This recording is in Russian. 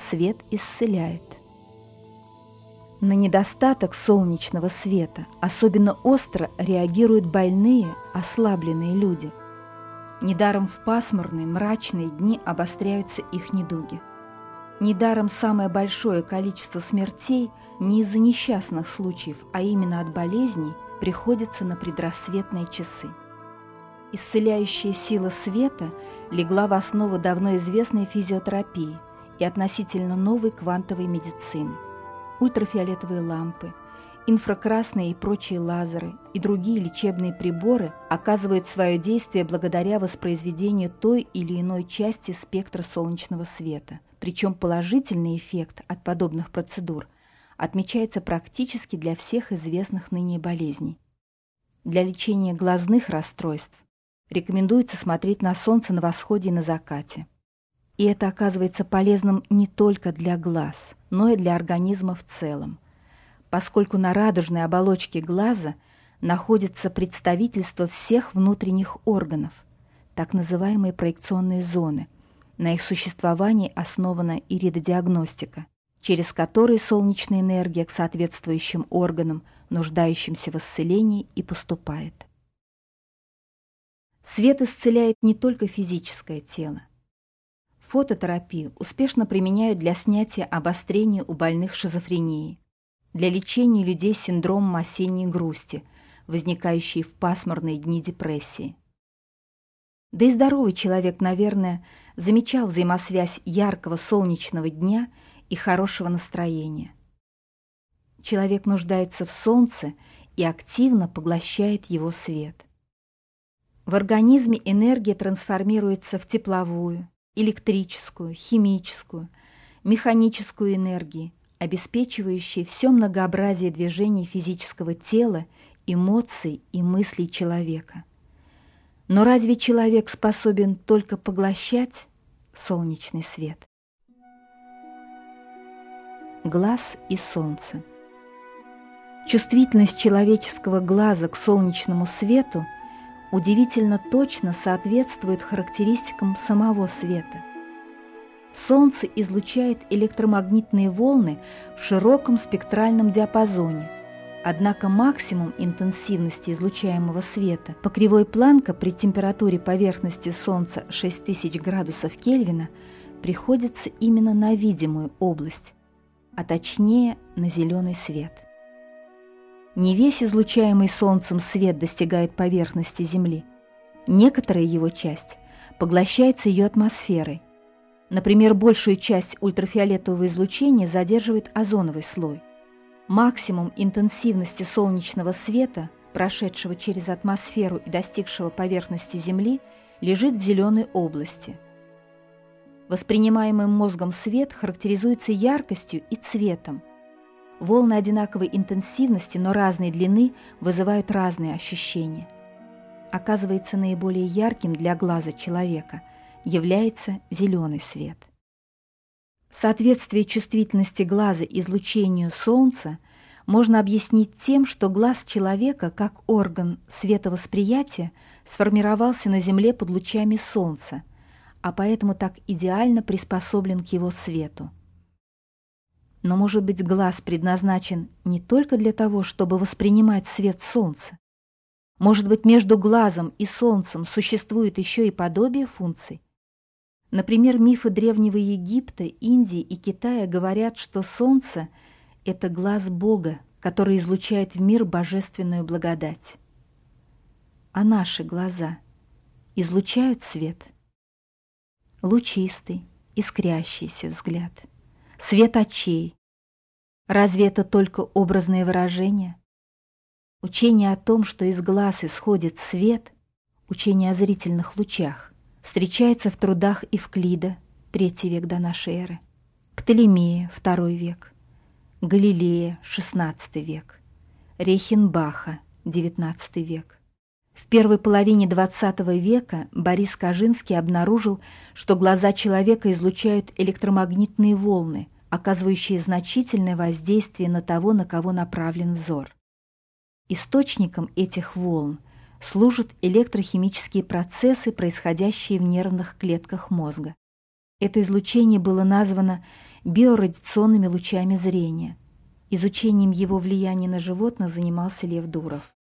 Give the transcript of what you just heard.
свет исцеляет. На недостаток солнечного света особенно остро реагируют больные, ослабленные люди. Недаром в пасмурные, мрачные дни обостряются их недуги. Недаром самое большое количество смертей не из-за несчастных случаев, а именно от болезней приходится на предрассветные часы. Исцеляющая сила света легла в основу давно известной физиотерапии и относительно новой квантовой медицины. Ультрафиолетовые лампы, инфракрасные и прочие лазеры и другие лечебные приборы оказывают свое действие благодаря воспроизведению той или иной части спектра солнечного света. Причем положительный эффект от подобных процедур отмечается практически для всех известных ныне болезней. Для лечения глазных расстройств рекомендуется смотреть на солнце на восходе и на закате. И это оказывается полезным не только для глаз, но и для организма в целом, поскольку на радужной оболочке глаза находится представительство всех внутренних органов, так называемые проекционные зоны. На их существовании основана иридодиагностика, через которые солнечная энергия к соответствующим органам, нуждающимся в исцелении, и поступает. Свет исцеляет не только физическое тело. Фототерапию успешно применяют для снятия обострения у больных шизофренией, для лечения людей с синдромом осенней грусти, возникающей в пасмурные дни депрессии. Да и здоровый человек, наверное, замечал взаимосвязь яркого солнечного дня и хорошего настроения. Человек нуждается в солнце и активно поглощает его свет. В организме энергия трансформируется в тепловую, электрическую, химическую, механическую энергии, обеспечивающие все многообразие движений физического тела, эмоций и мыслей человека. Но разве человек способен только поглощать солнечный свет? Глаз и солнце. Чувствительность человеческого глаза к солнечному свету удивительно точно соответствует характеристикам самого света. Солнце излучает электромагнитные волны в широком спектральном диапазоне, однако максимум интенсивности излучаемого света по кривой Планка при температуре поверхности Солнца 6000 градусов Кельвина приходится именно на видимую область, а точнее на зеленый свет. Не весь излучаемый Солнцем свет достигает поверхности Земли. Некоторая его часть поглощается ее атмосферой. Например, большую часть ультрафиолетового излучения задерживает озоновый слой. Максимум интенсивности солнечного света, прошедшего через атмосферу и достигшего поверхности Земли, лежит в зеленой области. Воспринимаемый мозгом свет характеризуется яркостью и цветом. Волны одинаковой интенсивности, но разной длины вызывают разные ощущения. Оказывается, наиболее ярким для глаза человека является зеленый свет. Соответствие чувствительности глаза излучению Солнца можно объяснить тем, что глаз человека, как орган световосприятия, сформировался на Земле под лучами Солнца, а поэтому так идеально приспособлен к его свету. Но, может быть, глаз предназначен не только для того, чтобы воспринимать свет Солнца? Может быть, между глазом и Солнцем существует еще и подобие функций? Например, мифы Древнего Египта, Индии и Китая говорят, что Солнце — это глаз Бога, который излучает в мир божественную благодать. А наши глаза излучают свет? Лучистый, искрящийся взгляд, свет очей. Разве это только образные выражения? Учение о том, что из глаз исходит свет, учение о зрительных лучах, встречается в трудах Евклида, III век до нашей эры, Птолемея, II век, Галилея, XVI век, Рейхенбаха, XIX век. В первой половине XX века Борис Кажинский обнаружил, что глаза человека излучают электромагнитные волны, оказывающие значительное воздействие на того, на кого направлен взор. Источником этих волн служат электрохимические процессы, происходящие в нервных клетках мозга. Это излучение было названо биорадиационными лучами зрения. Изучением его влияния на животных занимался Лев Дуров.